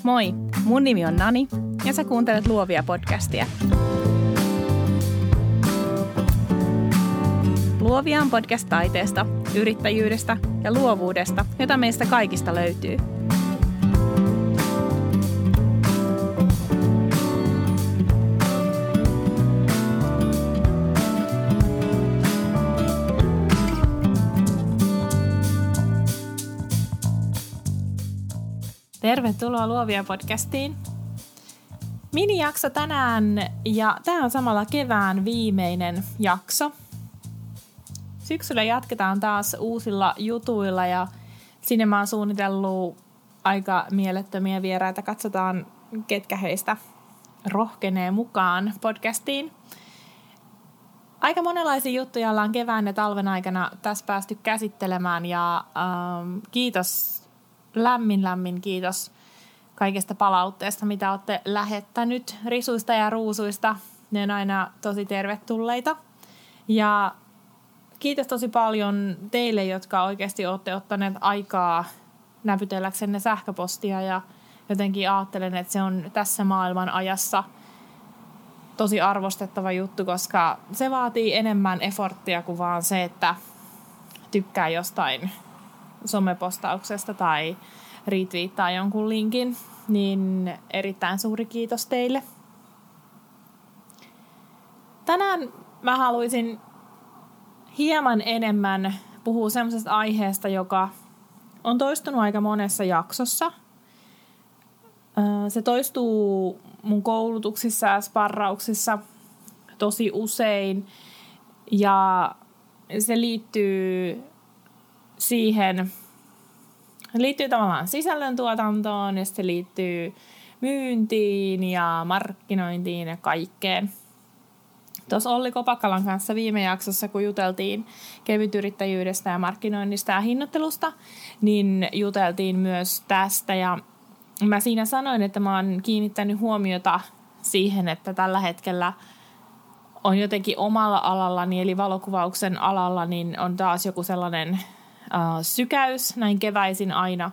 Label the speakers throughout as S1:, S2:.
S1: Moi, mun nimi on Nani ja sä kuuntelet Luovia podcastia. Luovia on podcast taiteesta, yrittäjyydestä ja luovuudesta, jota meistä kaikista löytyy. Tervetuloa Luovia podcastiin. Minijakso tänään ja tämä on samalla kevään viimeinen jakso. Syksyllä jatketaan taas uusilla jutuilla ja sinne mä oon suunnitellut aika mielettömiä vieraita. Katsotaan, ketkä heistä rohkenee mukaan podcastiin. Aika monenlaisia juttuja ollaan kevään ja talven aikana tässä päästy käsittelemään ja kiitos. Lämmin kiitos kaikesta palautteesta, mitä olette lähettänyt risuista ja ruusuista. Ne on aina tosi tervetulleita. Ja kiitos tosi paljon teille, jotka oikeasti olette ottaneet aikaa näpytelläksenne sähköpostia. Ja jotenkin ajattelen, että se on tässä maailman ajassa tosi arvostettava juttu, koska se vaatii enemmän efforttia kuin vaan se, että tykkää jostain somepostauksesta tai retweettaa jonkun linkin, niin erittäin suuri kiitos teille. Tänään mä haluaisin hieman enemmän puhua semmoisesta aiheesta, joka on toistunut aika monessa jaksossa. Se toistuu mun koulutuksissa ja sparrauksissa tosi usein ja se liittyy siihen, liittyy tavallaan sisällöntuotantoon ja se liittyy myyntiin ja markkinointiin ja kaikkeen. Tuossa Olli Kopakkalan kanssa viime jaksossa, kun juteltiin kevytyrittäjyydestä ja markkinoinnista ja hinnoittelusta, niin juteltiin myös tästä. Ja mä siinä sanoin, että mä oon kiinnittänyt huomiota siihen, että tällä hetkellä on jotenkin omalla alallani, eli valokuvauksen alalla, niin on taas joku sellainen sykäys näin keväisin aina,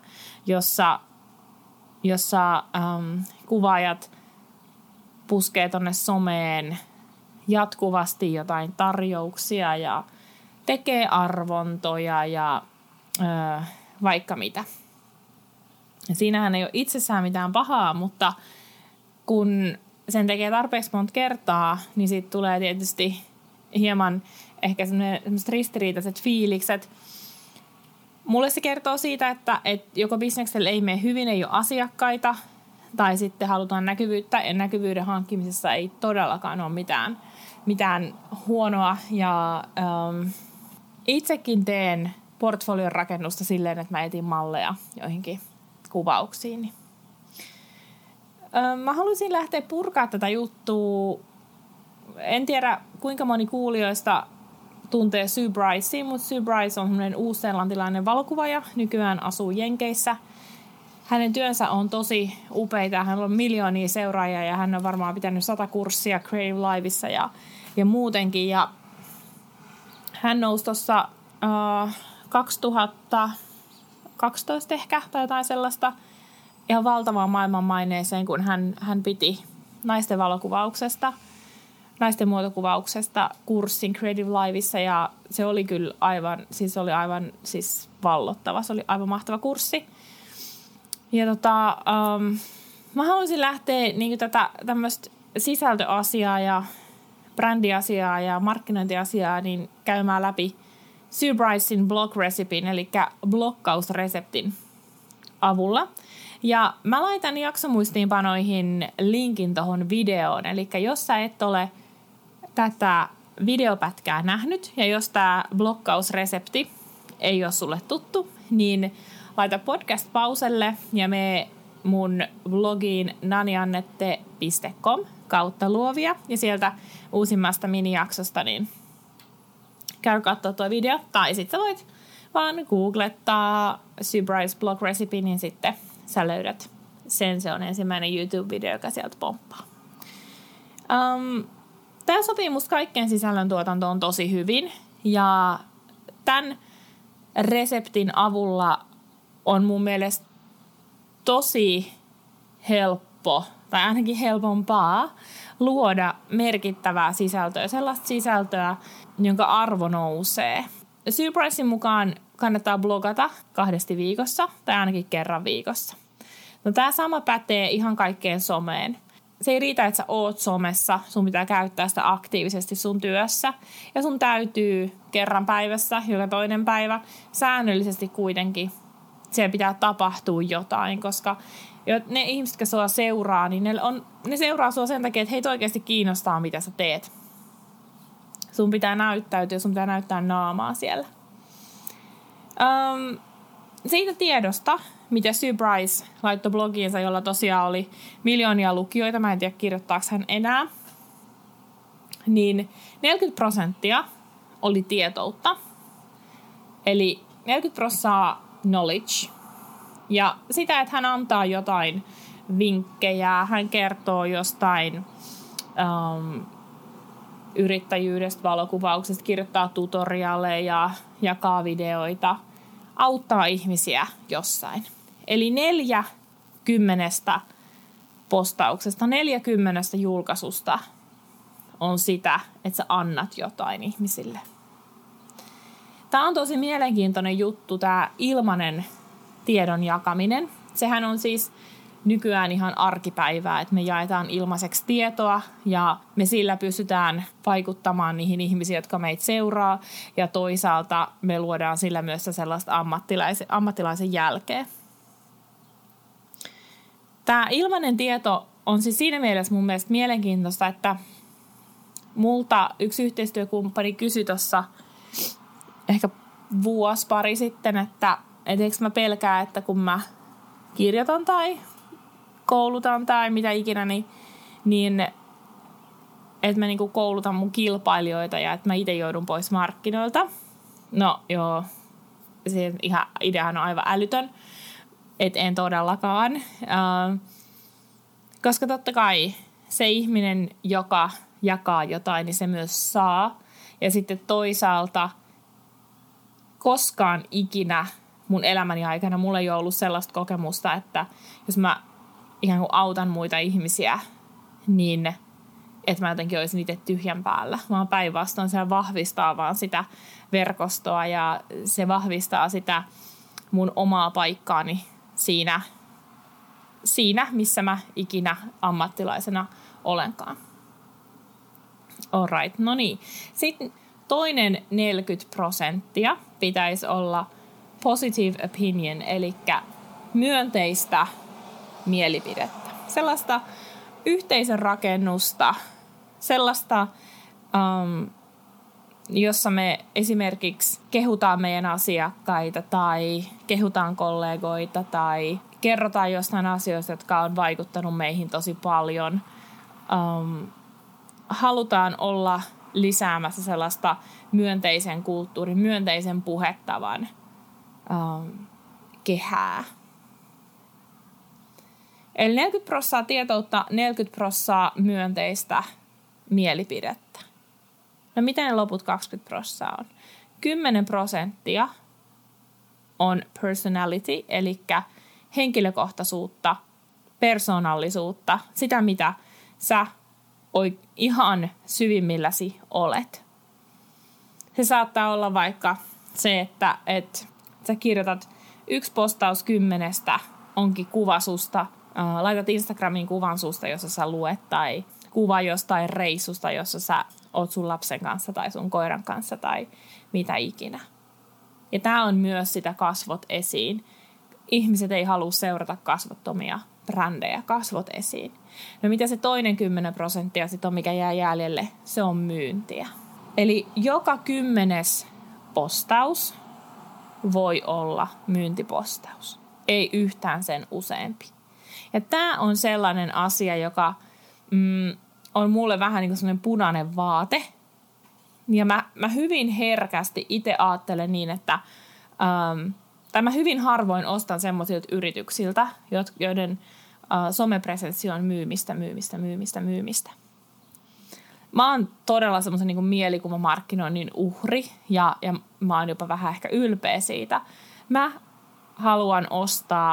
S1: jossa kuvaajat puskee tonne someen jatkuvasti jotain tarjouksia ja tekee arvontoja ja vaikka mitä. Ja siinähän ei ole itsessään mitään pahaa, mutta kun sen tekee tarpeeksi monta kertaa, niin siitä tulee tietysti hieman ehkä sellaiset ristiriitaiset fiilikset. Mulle se kertoo siitä, että joko bisneksellä ei mene hyvin, ei ole asiakkaita, tai sitten halutaan näkyvyyttä, ja näkyvyyden hankkimisessa ei todellakaan ole mitään huonoa. Ja itsekin teen portfolion rakennusta silleen, että mä etin malleja joihinkin kuvauksiin. Mä haluaisin lähteä purkaa tätä juttua. En tiedä, kuinka moni kuulijoista tuntee Sue Brycein, mutta Sue Bryce on semmoinen uusseelantilainen valokuvaaja. Nykyään asuu Jenkeissä. Hänen työnsä on tosi upeita. Hän on miljoonia seuraajia ja hän on varmaan pitänyt 100 kurssia Creative Liveissa ja muutenkin. Ja hän nousi tuossa 2012 ehkä tai jotain sellaista ihan valtavaan maailmanmaineeseen, kun hän piti naisten valokuvauksesta, naisten muotokuvauksesta kurssin Creative Liveissa ja se oli kyllä aivan vallottava. Se oli aivan mahtava kurssi. Ja mä haluaisin lähteä niin tätä tämmöistä sisältöasiaa ja brändiasiaa ja markkinointiasiaa niin käymään läpi Sue Brycein blog recipin, eli blokkausreseptin avulla. Ja mä laitan jaksomuistiinpanoihin linkin tohon videoon, eli jos sä et ole tätä videopätkää nähnyt ja jos tää blokkausresepti ei ole sulle tuttu, niin laita podcast pauselle ja mene mun blogiin naniannette.com/luovia ja sieltä uusimmasta minijaksosta niin käy katsoa tuo video. Tai sitten sä voit vaan googlettaa Sue Bryce blog recipe, niin sitten sä löydät sen. Se on ensimmäinen YouTube-video, joka sieltä pomppaa. Tämä sopii musta kaikkeen sisällöntuotantoon tosi hyvin. Ja tämän reseptin avulla on mun mielestä tosi helppo, tai ainakin helpompaa, luoda merkittävää sisältöä, sellaista sisältöä, jonka arvo nousee. Surprisein mukaan kannattaa blogata 2 viikossa tai ainakin kerran viikossa. No, tämä sama pätee ihan kaikkeen someen. Se ei riitä, että sä oot somessa, sun pitää käyttää sitä aktiivisesti sun työssä. Ja sun täytyy kerran päivässä, joka toinen päivä, säännöllisesti kuitenkin, siellä pitää tapahtua jotain, koska ne ihmiset, jotka sua seuraa, niin ne seuraa sua sen takia, että heitä oikeasti kiinnostaa, mitä sä teet. Sun pitää näyttäytyä, sun pitää näyttää naamaa siellä. Siitä tiedosta, mitä Surprise laittoi blogiinsa, jolla tosiaan oli miljoonia lukijoita, mä en tiedä kirjoittaako hän enää, niin 40% oli tietoutta. Eli 40% knowledge. Ja sitä, että hän antaa jotain vinkkejä, hän kertoo jostain yrittäjyydestä, valokuvauksesta, kirjoittaa tutoriaaleja, jakaa videoita, auttaa ihmisiä jossain. Eli 40 postauksesta, 40 julkaisusta on sitä, että sä annat jotain ihmisille. Tämä on tosi mielenkiintoinen juttu, tämä ilmainen tiedon jakaminen. Sehän on siis nykyään ihan arkipäivää, että me jaetaan ilmaiseksi tietoa ja me sillä pystytään vaikuttamaan niihin ihmisiin, jotka meitä seuraa, ja toisaalta me luodaan sillä myös sellaista ammattilaisen jälkeä. Tämä ilmainen tieto on siis siinä mielessä mun mielestä mielenkiintoista, että multa yksi yhteistyökumppani kysyi tuossa ehkä pari sitten, että eikö mä pelkää, että kun mä kirjoitan tai koulutan tai mitä ikinä, niin että mä niinku koulutan mun kilpailijoita ja että mä itse joudun pois markkinoilta. No joo, se ihan ideahan on aivan älytön, että en todellakaan. Koska totta kai se ihminen, joka jakaa jotain, niin se myös saa. Ja sitten toisaalta koskaan ikinä mun elämäni aikana mulla ei ole ollut sellaista kokemusta, että jos mä ihan kuin autan muita ihmisiä, niin että mä jotenkin olisin itse tyhjän päällä. Vaan päinvastoin se vahvistaa vaan sitä verkostoa ja se vahvistaa sitä mun omaa paikkaani siinä missä mä ikinä ammattilaisena olenkaan. Alright, no niin. Sitten toinen 40% pitäisi olla positive opinion, eli myönteistä mielipidettä. Sellaista yhteisön rakennusta, sellaista, jossa me esimerkiksi kehutaan meidän asiakkaita tai kehutaan kollegoita tai kerrotaan jostain asioista, jotka on vaikuttanut meihin tosi paljon. Halutaan olla lisäämässä sellaista myönteisen kulttuurin, myönteisen puhettavan kehää. Eli 40% tietoutta, 40% myönteistä mielipidettä. No miten ne loput 20% on? 10% on personality, eli henkilökohtaisuutta, persoonallisuutta, sitä mitä sä ihan syvimmilläsi olet. Se saattaa olla vaikka se, että sä kirjoitat 1 postaus 10 onkin kuva susta, laitat Instagramiin kuvan susta, jossa sä luet, tai kuva jostain reissusta, jossa sä oot sun lapsen kanssa tai sun koiran kanssa tai mitä ikinä. Ja tää on myös sitä kasvot esiin. Ihmiset ei halua seurata kasvottomia brändejä, kasvot esiin. No mitä se toinen 10% sitten on, mikä jää jäljelle, se on myyntiä. Eli joka 10. postaus voi olla myyntipostaus. Ei yhtään sen useampi. Ja tämä on sellainen asia, joka on mulle vähän niin kuin sellainen punainen vaate. Ja mä hyvin herkästi itse ajattelen niin, että tai mä hyvin harvoin ostan semmoisilta yrityksiltä, joiden somepresenssi on myymistä. Mä oon todella semmoisen niin kuin mielikuvamarkkinoinnin uhri ja mä oon jopa vähän ehkä ylpeä siitä. Mä haluan ostaa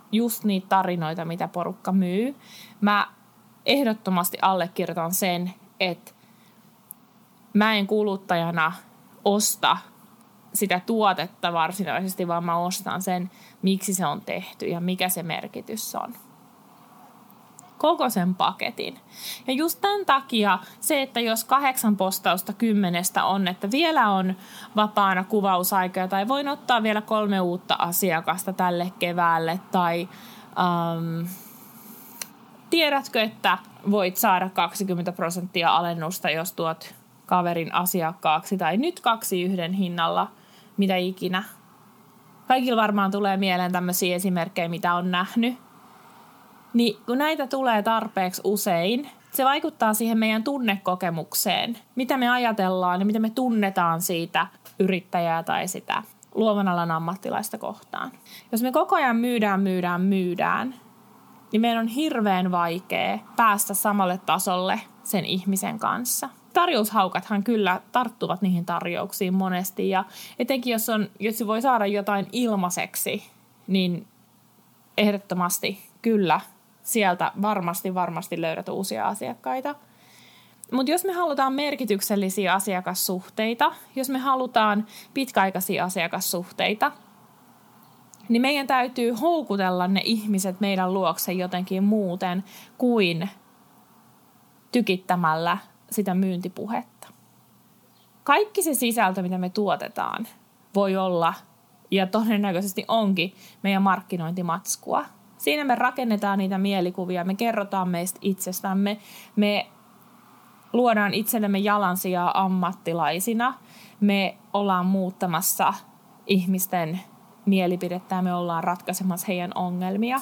S1: just niitä tarinoita, mitä porukka myy. Mä ehdottomasti allekirjoitan sen, että mä en kuluttajana osta sitä tuotetta varsinaisesti, vaan mä ostan sen, miksi se on tehty ja mikä se merkitys on. Koko sen paketin. Ja just tämän takia se, että jos 8 postausta 10 on, että vielä on vapaana kuvausaikoja tai voin ottaa vielä 3 uutta asiakasta tälle keväälle tai tiedätkö, että voit saada 20% alennusta, jos tuot kaverin asiakkaaksi tai nyt 2 yhden hinnalla, mitä ikinä. Kaikilla varmaan tulee mieleen tämmöisiä esimerkkejä, mitä on nähnyt. Niin kun näitä tulee tarpeeksi usein, se vaikuttaa siihen meidän tunnekokemukseen, mitä me ajatellaan ja mitä me tunnetaan siitä yrittäjää tai sitä luovan alan ammattilaista kohtaan. Jos me koko ajan myydään, niin meidän on hirveän vaikea päästä samalle tasolle sen ihmisen kanssa. Tarjoushaukathan kyllä tarttuvat niihin tarjouksiin monesti ja etenkin jos voi saada jotain ilmaiseksi, niin ehdottomasti kyllä sieltä varmasti löydät uusia asiakkaita. Mutta jos me halutaan merkityksellisiä asiakassuhteita, jos me halutaan pitkäaikaisia asiakassuhteita, niin meidän täytyy houkutella ne ihmiset meidän luokse jotenkin muuten kuin tykittämällä sitä myyntipuhetta. Kaikki se sisältö, mitä me tuotetaan, voi olla ja todennäköisesti onkin meidän markkinointimatskua. Siinä me rakennetaan niitä mielikuvia, me kerrotaan meistä itsestämme, me luodaan itsellemme jalansijaa ammattilaisina, me ollaan muuttamassa ihmisten mielipidettä ja me ollaan ratkaisemassa heidän ongelmia.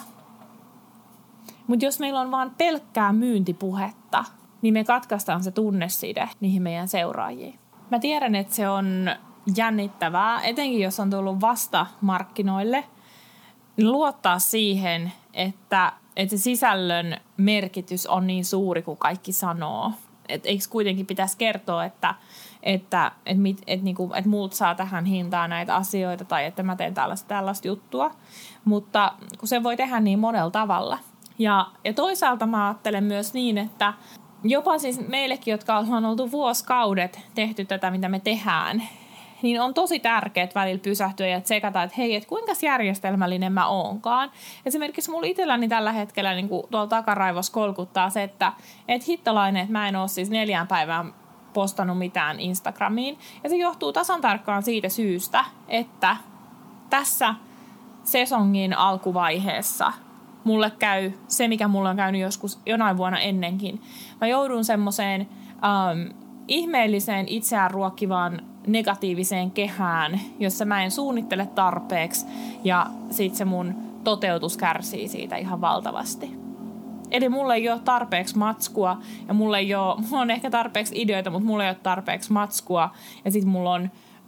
S1: Mutta jos meillä on vaan pelkkää myyntipuhetta, niin me katkaistaan se tunneside niihin meidän seuraajiin. Mä tiedän, että se on jännittävää, etenkin jos on tullut vasta markkinoille, niin luottaa siihen, että se sisällön merkitys on niin suuri kuin kaikki sanoo. Että eikö kuitenkin pitäisi kertoa, että multa saa tähän hintaan näitä asioita tai että mä teen tällaista juttua. Mutta kun se voi tehdä niin monella tavalla. Ja toisaalta mä ajattelen myös niin, että jopa siis meillekin, jotka on oltu vuosikaudet tehty tätä, mitä me tehdään, niin on tosi tärkeää välillä pysähtyä ja tsekata, että hei, että kuinka järjestelmällinen mä oonkaan. Esimerkiksi mulla itselläni tällä hetkellä niin tuolla takaraivossa kolkuttaa se, että hittolainen, että mä en ole siis 4 päivään postannut mitään Instagramiin. Ja se johtuu tasan tarkkaan siitä syystä, että tässä sesongin alkuvaiheessa mulle käy se, mikä mulle on käynyt joskus jonain vuonna ennenkin. Mä joudun semmoiseen ihmeelliseen itseään ruokkivaan negatiiviseen kehään, jossa mä en suunnittele tarpeeksi ja sit se mun toteutus kärsii siitä ihan valtavasti. Eli mulla ei ole tarpeeksi matskua ja mulla on ehkä tarpeeksi ideoita, mutta mulla ei ole tarpeeksi matskua ja sit mulla on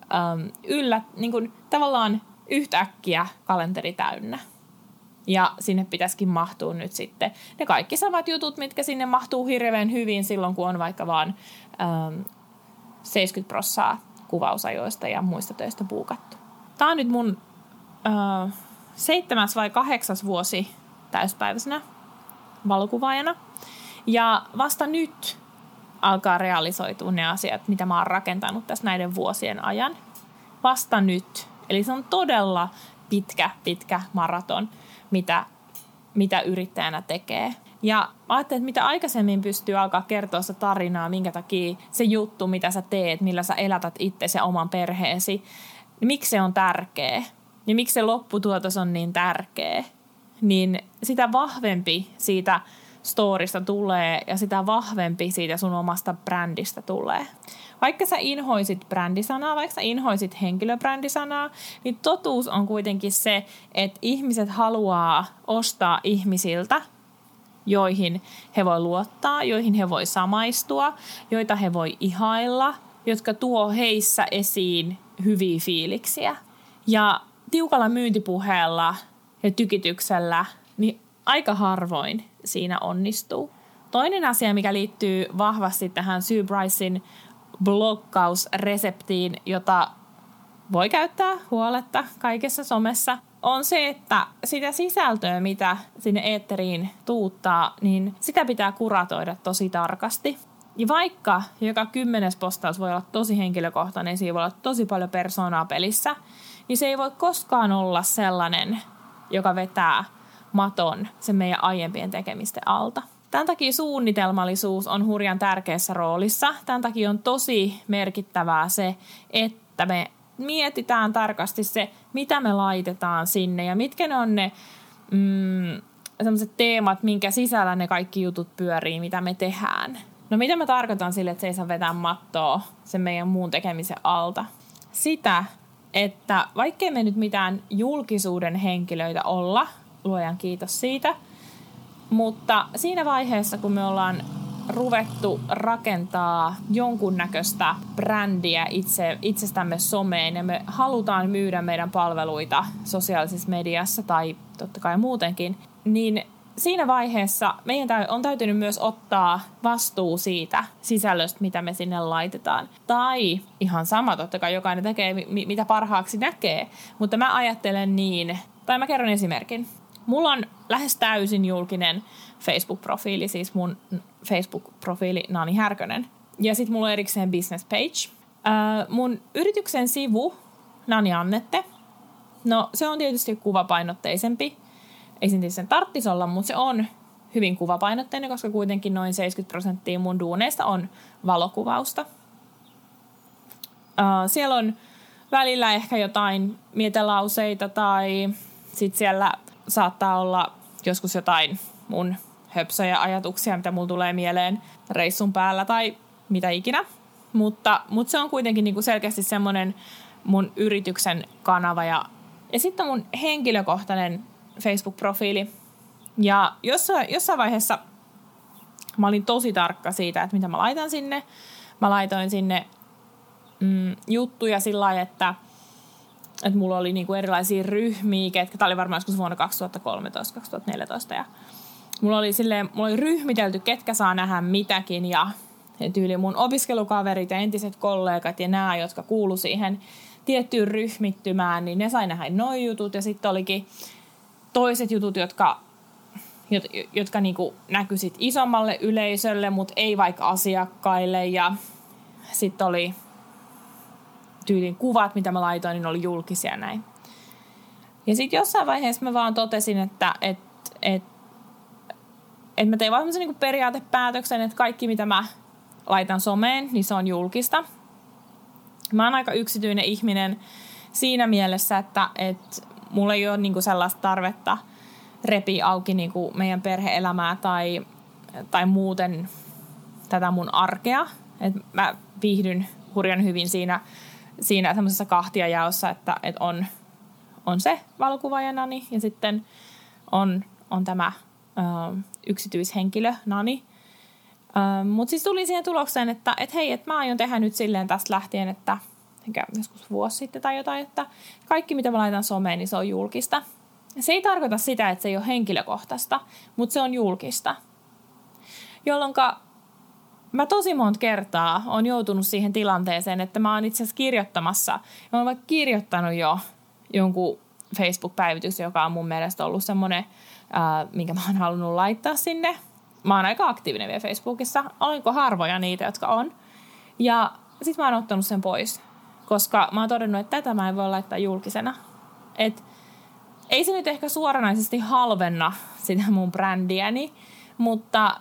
S1: niin kun, tavallaan yhtäkkiä kalenteri täynnä. Ja sinne pitäisikin mahtua nyt sitten ne kaikki samat jutut, mitkä sinne mahtuu hirveän hyvin silloin, kun on vaikka vaan 70% kuvausajoista ja muista töistä buukattu. Tämä on nyt mun 7. vai 8. vuosi täyspäiväisenä valokuvaajana. Ja vasta nyt alkaa realisoitua ne asiat, mitä mä oon rakentanut tässä näiden vuosien ajan. Vasta nyt. Eli se on todella pitkä maraton, mitä yrittäjänä tekee. Ja ajattelin, että mitä aikaisemmin pystyy alkaa kertoa sitä tarinaa, minkä takia se juttu, mitä sä teet, millä sä elätät itsesi ja oman perheesi, niin miksi se on tärkeä ja miksi se lopputuotos on niin tärkeä, niin sitä vahvempi siitä storista tulee ja sitä vahvempi siitä sun omasta brändistä tulee. Vaikka sä inhoisit brändisanaa, vaikka sä inhoisit henkilöbrändisanaa, niin totuus on kuitenkin se, että ihmiset haluaa ostaa ihmisiltä, joihin he voi luottaa, joihin he voi samaistua, joita he voi ihailla, jotka tuo heissä esiin hyviä fiiliksiä. Ja tiukalla myyntipuheella ja tykityksellä, niin aika harvoin siinä onnistuu. Toinen asia, mikä liittyy vahvasti tähän Sue Brycein blokkausreseptiin, jota voi käyttää huoletta kaikessa somessa, on se, että sitä sisältöä, mitä sinne eetteriin tuuttaa, niin sitä pitää kuratoida tosi tarkasti. Ja vaikka joka 10. postaus voi olla tosi henkilökohtainen, siinä voi olla tosi paljon persoonaa pelissä, niin se ei voi koskaan olla sellainen, joka vetää maton sen meidän aiempien tekemisten alta. Tämän takia suunnitelmallisuus on hurjan tärkeässä roolissa. Tämän takia on tosi merkittävää se, että me mietitään tarkasti se, mitä me laitetaan sinne ja mitkä ne on ne sellaiset teemat, minkä sisällä ne kaikki jutut pyörii, mitä me tehdään. No mitä mä tarkoitan sille, että se ei saa vetää mattoa sen meidän muun tekemisen alta? Sitä, että vaikkei me nyt mitään julkisuuden henkilöitä olla, luojan kiitos siitä, mutta siinä vaiheessa, kun me ollaan ruvettu rakentaa jonkunnäköistä brändiä itsestämme someen ja me halutaan myydä meidän palveluita sosiaalisessa mediassa tai totta kai muutenkin, niin siinä vaiheessa meidän on täytynyt myös ottaa vastuu siitä sisällöstä, mitä me sinne laitetaan. Tai ihan sama, totta kai jokainen tekee, mitä parhaaksi näkee, mutta mä ajattelen niin, tai mä kerron esimerkin. Mulla on lähes täysin julkinen Facebook-profiili, siis mun Facebook-profiili Nani Härkönen. Ja sitten mulla on erikseen business page. Mun yrityksen sivu, Nani Annette, no se on tietysti kuvapainotteisempi. Ei sen tarvitsisi olla, mutta se on hyvin kuvapainotteinen, koska kuitenkin noin 70% mun duuneista on valokuvausta. Siellä on välillä ehkä jotain mietelauseita tai sitten siellä saattaa olla joskus jotain mun höpsöjä ajatuksia, mitä mulla tulee mieleen reissun päällä tai mitä ikinä. Mutta se on kuitenkin niinku selkeästi semmoinen mun yrityksen kanava. Ja sitten on mun henkilökohtainen Facebook-profiili. Ja jossain vaiheessa mä olin tosi tarkka siitä, että mitä mä laitan sinne. Mä laitoin sinne juttuja sillä lailla, että mulla oli niinku erilaisia ryhmiä, tää oli varmaan joskus vuonna 2013-2014. Ja mulla oli ryhmitelty, ketkä saa nähdä mitäkin ja tyyli mun opiskelukaverit ja entiset kollegat ja nämä, jotka kuulu siihen tiettyyn ryhmittymään, niin ne sai nähdä noi jutut ja sitten olikin toiset jutut, jotka niinku näkyi sit isommalle yleisölle, mutta ei vaikka asiakkaille ja sitten oli tyylin kuvat, mitä mä laitoin, niin oli julkisia näin. Ja sitten jossain vaiheessa mä vaan totesin, että mä tein vaan semmoisen niinku periaatepäätöksen, että kaikki mitä mä laitan someen, niin se on julkista. Mä oon aika yksityinen ihminen siinä mielessä, että mulla ei ole niinku sellaista tarvetta repiä auki niinku meidän perhe-elämää tai muuten tätä mun arkea. Et mä viihdyn hurjan hyvin siinä semmoisessa kahtiajaossa, että on se valokuvaaja Nani ja sitten on tämä yksityishenkilö Nani. Mutta siis tuli siihen tulokseen, että hei, että mä aion tehdä nyt silleen tästä lähtien, että joskus vuosi sitten tai jotain, että kaikki mitä mä laitan someen, niin se on julkista. Se ei tarkoita sitä, että se ei ole henkilökohtaista, mutta se on julkista. Jolloinka mä tosi monta kertaa on joutunut siihen tilanteeseen, että mä oon itse asiassa kirjoittamassa. Mä oon vaikka kirjoittanut jo jonkun Facebook-päivitys, joka on mun mielestä ollut semmoinen, minkä mä oon halunnut laittaa sinne. Mä oon aika aktiivinen vielä Facebookissa. Olenko harvoja niitä, jotka on. Ja sit mä oon ottanut sen pois, koska mä oon todennut, että tätä mä en voi laittaa julkisena. Et ei se nyt ehkä suoranaisesti halvenna sitä mun brändiäni, mutta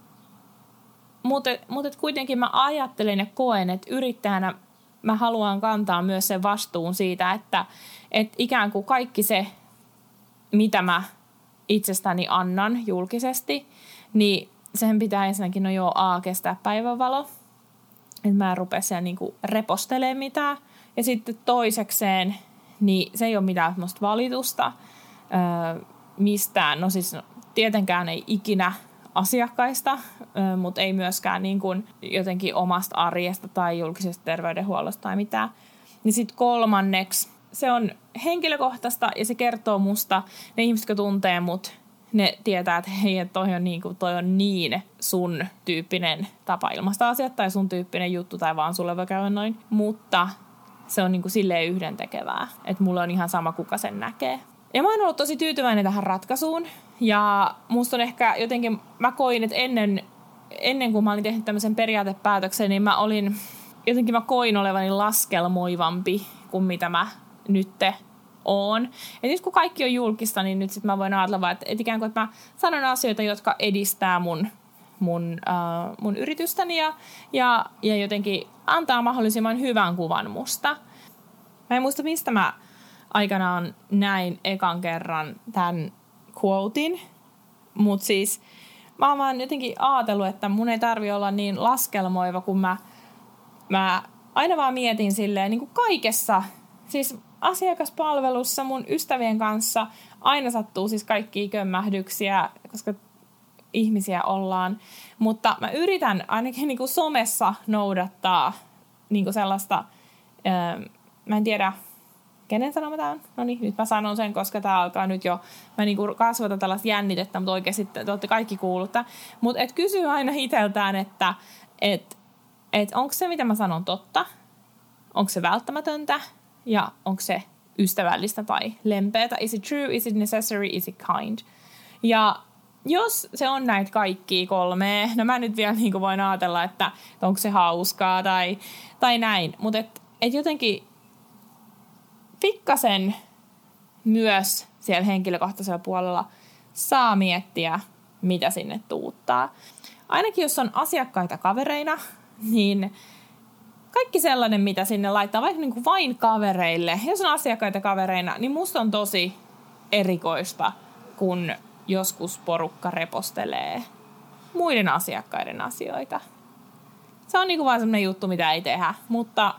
S1: kuitenkin mä ajattelen ja koen, että yrittäjänä mä haluan kantaa myös sen vastuun siitä, että ikään kuin kaikki se, mitä mä itsestäni annan julkisesti, niin sen pitää ensinnäkin kestää päivänvalo. Että mä en rupea siellä niinku repostelemaan mitään. Ja sitten toisekseen, niin se ei ole mitään semmoista valitusta mistään. No siis tietenkään ei ikinä asiakkaista, mutta ei myöskään niin kuin jotenkin omasta arjesta tai julkisesta terveydenhuollosta tai mitään. Niin sitten kolmanneksi, se on henkilökohtaista ja se kertoo musta, ne ihmiset, jotka tuntee mut, ne tietää, että hei, että toi on niin sun tyyppinen tapa ilmaista asiat tai sun tyyppinen juttu tai vaan sulle voi käydä noin. Mutta se on niin kuin silleen yhdentekevää, että mulla on ihan sama, kuka sen näkee. Ja mä oon ollut tosi tyytyväinen tähän ratkaisuun. Ja musta on ehkä jotenkin, mä koin, että ennen kuin mä olin tehnyt tämmöisen periaatepäätöksen, niin mä koin olevani laskelmoivampi kuin mitä mä nyt oon. Ja nyt kun kaikki on julkista, niin nyt sit mä voin ajatella vaan, että ikään kuin, että mä sanon asioita, jotka edistää mun yritystäni ja jotenkin antaa mahdollisimman hyvän kuvan musta. Mä en muista, mistä mä aikanaan näin ekan kerran tämän quotein, mutta siis mä oon vaan jotenkin ajatellut, että mun ei tarvi olla niin laskelmoiva, kun mä aina vaan mietin silleen niin kuin kaikessa, siis asiakaspalvelussa mun ystävien kanssa aina sattuu siis kaikkia kömmähdyksiä, koska ihmisiä ollaan, mutta mä yritän ainakin niin kuin somessa noudattaa niin kuin sellaista, mä en tiedä, kenen sanoma tää on? No niin, nyt mä sanon sen, koska tää alkaa nyt jo, mä niin kuin kasvatan tällaista jännitettä, mutta oikeasti te olette kaikki kuullut. Mutta et kysyy aina itseltään, että onko se, mitä mä sanon, totta? Onko se välttämätöntä? Ja onko se ystävällistä tai lempeätä? Is it true? Is it necessary? Is it kind? Ja jos se on näitä kaikkia kolmea, no mä nyt vielä niin kuin voin ajatella, että onko se hauskaa tai näin. Mutta et jotenkin pikkasen myös siellä henkilökohtaisella puolella saa miettiä, mitä sinne tuuttaa. Ainakin jos on asiakkaita kavereina, niin kaikki sellainen, mitä sinne laittaa, vaikka niin kuin vain kavereille, jos on asiakkaita kavereina, niin musta on tosi erikoista, kun joskus porukka repostelee muiden asiakkaiden asioita. Se on niin kuin vaan sellainen juttu, mitä ei tehdä, mutta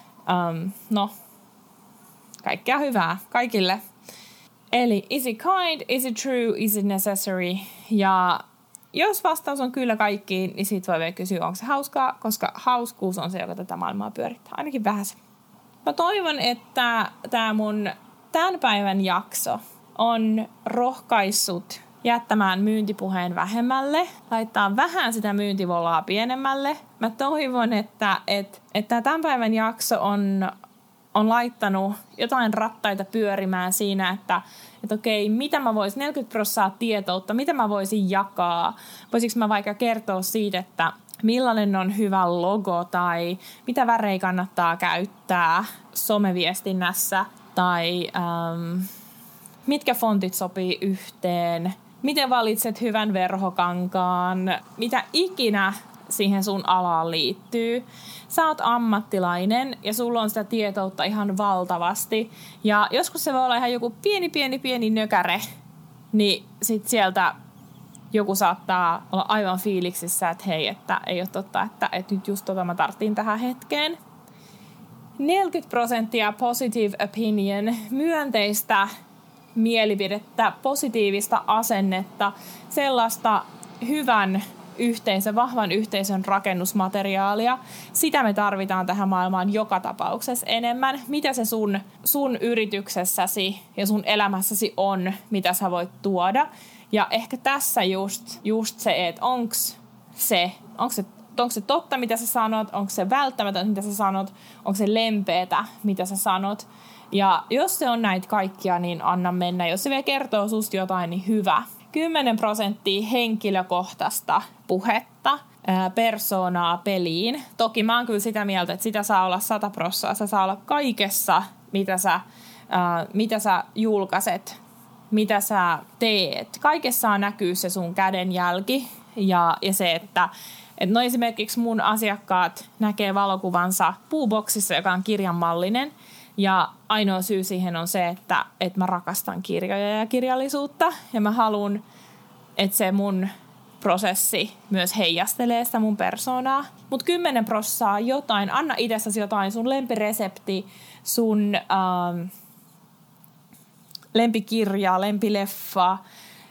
S1: no, kaikkea hyvää kaikille. Eli is it kind, is it true, is it necessary? Ja jos vastaus on kyllä kaikkiin, niin sit voi vielä kysyä, onko se hauskaa, koska hauskuus on se, joka tätä maailmaa pyörittää. Ainakin vähän se. Mä toivon, että tämä mun tämän päivän jakso on rohkaissut jättämään myyntipuheen vähemmälle, laittaa vähän sitä myyntivolaa pienemmälle. Mä toivon, että tämän päivän jakso on laittanut jotain rattaita pyörimään siinä, että okei, mitä mä voisin, 40% tietoutta, mitä mä voisin jakaa. Voisinko mä vaikka kertoa siitä, että millainen on hyvä logo tai mitä värejä kannattaa käyttää someviestinnässä tai mitkä fontit sopii yhteen, miten valitset hyvän verhokankaan, mitä ikinä siihen sun alaan liittyy. Sä oot ammattilainen ja sulla on sitä tietoutta ihan valtavasti. Ja joskus se voi olla ihan joku pieni nökäre, niin sit sieltä joku saattaa olla aivan fiiliksissä, että hei, että ei ole totta, että nyt just mä tarttiin tähän hetkeen. 40% positive opinion, myönteistä mielipidettä, positiivista asennetta, sellaista hyvän yhteisön, vahvan yhteisön rakennusmateriaalia. Sitä me tarvitaan tähän maailmaan joka tapauksessa enemmän. Mitä se sun yrityksessäsi ja sun elämässäsi on, mitä sä voit tuoda. Ja ehkä tässä just se, että onko se totta, mitä sä sanot, onko se välttämätöntä, mitä sä sanot, onko se lempeätä, mitä sä sanot. Ja jos se on näitä kaikkia, niin anna mennä. Jos se vielä kertoo susta jotain, niin hyvä. 10% henkilökohtaista puhetta, persoonaa peliin. Toki mä oon kyllä sitä mieltä, että sitä saa olla 100%. Se saa olla kaikessa, mitä sä julkaiset, mitä sä teet. Kaikessa näkyy se sun kädenjälki ja se, että no esimerkiksi mun asiakkaat näkee valokuvansa puuboksissa, joka on kirjanmallinen. Ja ainoa syy siihen on se, että mä rakastan kirjoja ja kirjallisuutta. Ja mä haluan, että se mun prosessi myös heijastelee sitä mun persoonaa. Mutta 10% jotain, anna itsessäsi jotain, sun lempiresepti, sun lempikirja, lempileffa,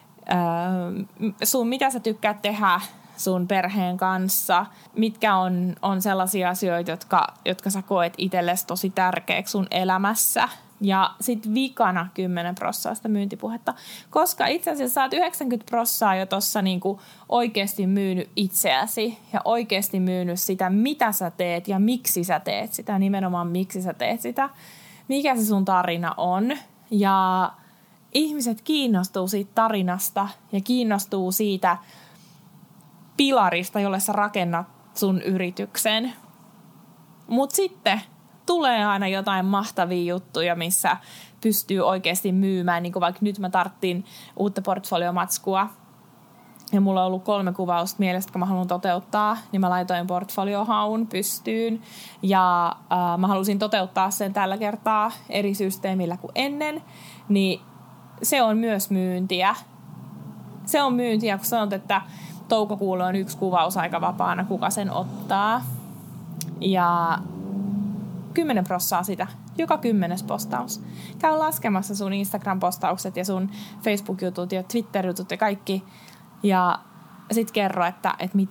S1: sun mitä sä tykkäät tehdä sun perheen kanssa, mitkä on sellaisia asioita, jotka sä koet itsellesi tosi tärkeäksi sun elämässä. Ja sitten vikana 10% sitä myyntipuhetta. Koska itse asiassa sä oot 90% jo tuossa niinku oikeasti myynyt itseäsi ja oikeasti myynyt sitä, mitä sä teet ja miksi sä teet sitä. Nimenomaan miksi sä teet sitä. Mikä se sun tarina on. Ja ihmiset kiinnostuu siitä tarinasta ja kiinnostuu siitä pilarista, jolle sä rakennat sun yrityksen. Mut sitten tulee aina jotain mahtavia juttuja, missä pystyy oikeasti myymään. Niin kuin vaikka nyt mä tarttin uutta portfoliomatskua ja mulla on ollut 3 kuvausta mielestä, kun mä haluan toteuttaa, niin mä laitoin portfoliohaun pystyyn. Ja mä halusin toteuttaa sen tällä kertaa eri systeemillä kuin ennen, niin se on myös myyntiä. Se on myyntiä, kun sanot, että toukokuulla on 1 kuvaus aika vapaana, kuka sen ottaa. Ja 10% sitä, joka 10. postaus. Käy laskemassa sun Instagram-postaukset ja sun Facebook-jutut ja Twitter-jutut ja kaikki. Ja sit kerro, että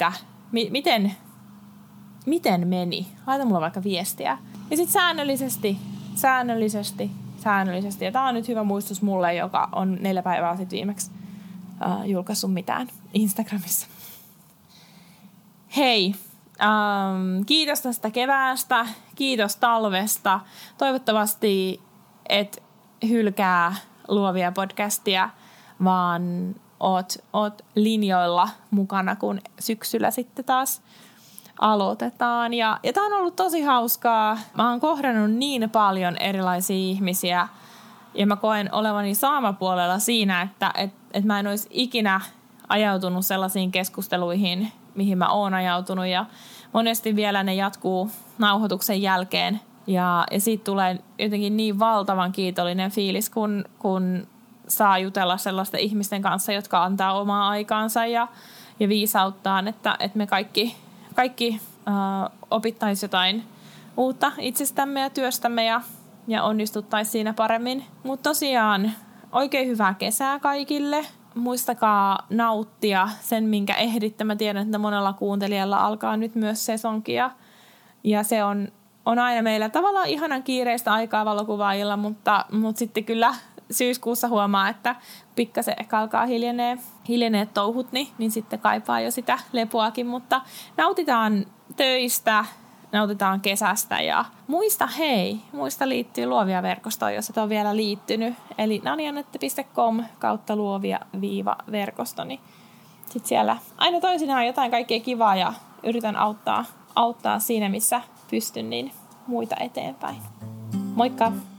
S1: miten meni. Laita mulle vaikka viestiä. Ja sit säännöllisesti. Ja tää on nyt hyvä muistus mulle, joka on 4 päivää sitten viimeksi julkaissut mitään Instagramissa. Hei! Kiitos tästä keväästä, kiitos talvesta. Toivottavasti et hylkää Luovia podcastia, vaan oot linjoilla mukana, kun syksyllä sitten taas aloitetaan. Ja tää on ollut tosi hauskaa. Mä oon kohdannut niin paljon erilaisia ihmisiä ja mä koen olevani saamapuolella siinä, että mä en olisi ikinä ajautunut sellaisiin keskusteluihin, mihin mä oon ajautunut, ja monesti vielä ne jatkuu nauhoituksen jälkeen. Ja siitä tulee jotenkin niin valtavan kiitollinen fiilis, kun saa jutella sellaisten ihmisten kanssa, jotka antaa omaa aikaansa ja viisauttaa, että me kaikki opittaisiin jotain uutta itsestämme ja työstämme ja onnistuttaisiin siinä paremmin. Mutta tosiaan oikein hyvää kesää kaikille. Muistakaa nauttia sen, minkä ehditte. Mä tiedän, että monella kuuntelijalla alkaa nyt myös sesonkia. Ja se on aina meillä tavallaan ihanan kiireistä aikaa valokuvaajilla, mutta sitten kyllä syyskuussa huomaa, että pikkasen ehkä alkaa hiljenee touhut, niin sitten kaipaa jo sitä lepoakin. Mutta nautitaan töistä, nautitaan kesästä ja muista liittyä Luovia verkostoon, jos et ole vielä liittynyt. Eli nanianette.com/luovia-verkosto. Niin sitten siellä aina toisinaan jotain kaikkea kivaa ja yritän auttaa siinä, missä pystyn, niin muita eteenpäin. Moikka!